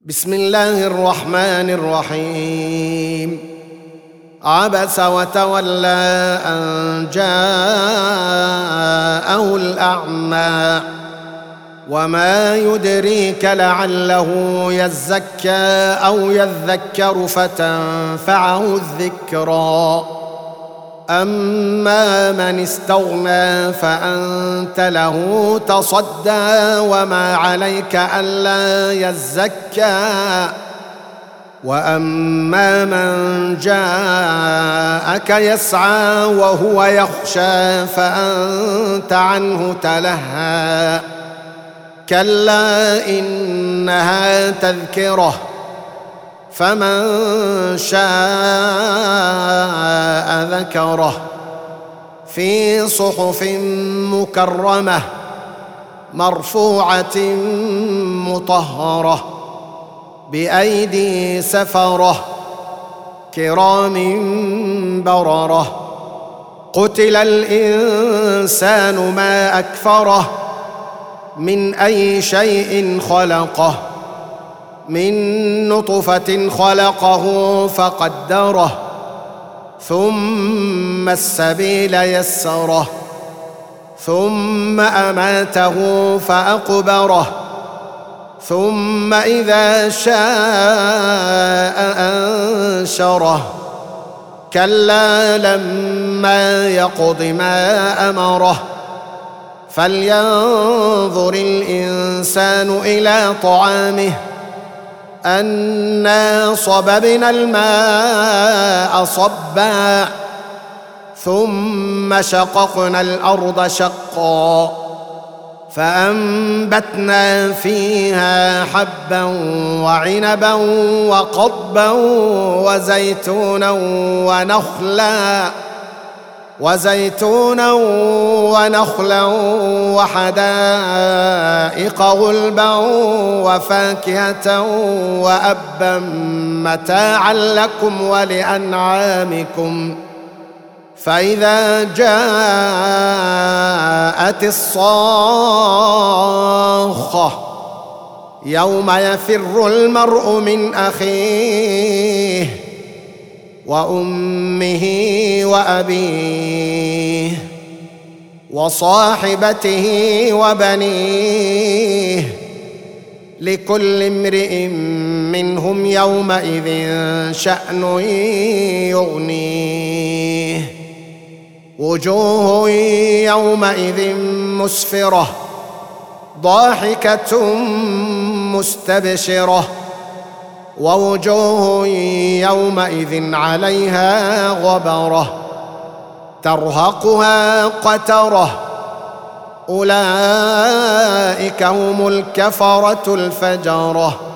بسم الله الرحمن الرحيم. عبس وتولى أن جاءه الأعمى وما يدريك لعله يزكى أو يذكر فتنفعه الذكرى. أما من استغنى فأنت له تصدى وما عليك ألا يزكى. وأما من جاءك يسعى وهو يخشى فأنت عنه تلهى. كلا إنها تذكرة فمن شاء ذكره في صحف مكرمة مرفوعة مطهرة بأيدي سفرة كرام بررة. قتل الإنسان ما أكفره من أي شيء خلقه من نطفة خلقه فقدره ثم السبيل يسره ثم أماته فأقبره ثم إذا شاء أنشره. كلا لما يقض ما أمره فلينظر الإنسان إلى طعامه أنا صببنا الماء صبا ثم شققنا الأرض شقا فأنبتنا فيها حبا وعنبا وقضبا وزيتونا ونخلا وحدائق غلبا وفاكهة وأبا متاعا لكم ولأنعامكم. فإذا جاءت الصاخة يوم يفر المرء من أخيه وأمه وأبيه وصاحبته وبنيه لكل امرئ منهم يومئذ شأن يغنيه. وجوه يومئذ مسفرة ضاحكة مستبشرة ووجوه يومئذ عليها غبرة ترهقها قترة. أولئك هم الكفرة الفجرة.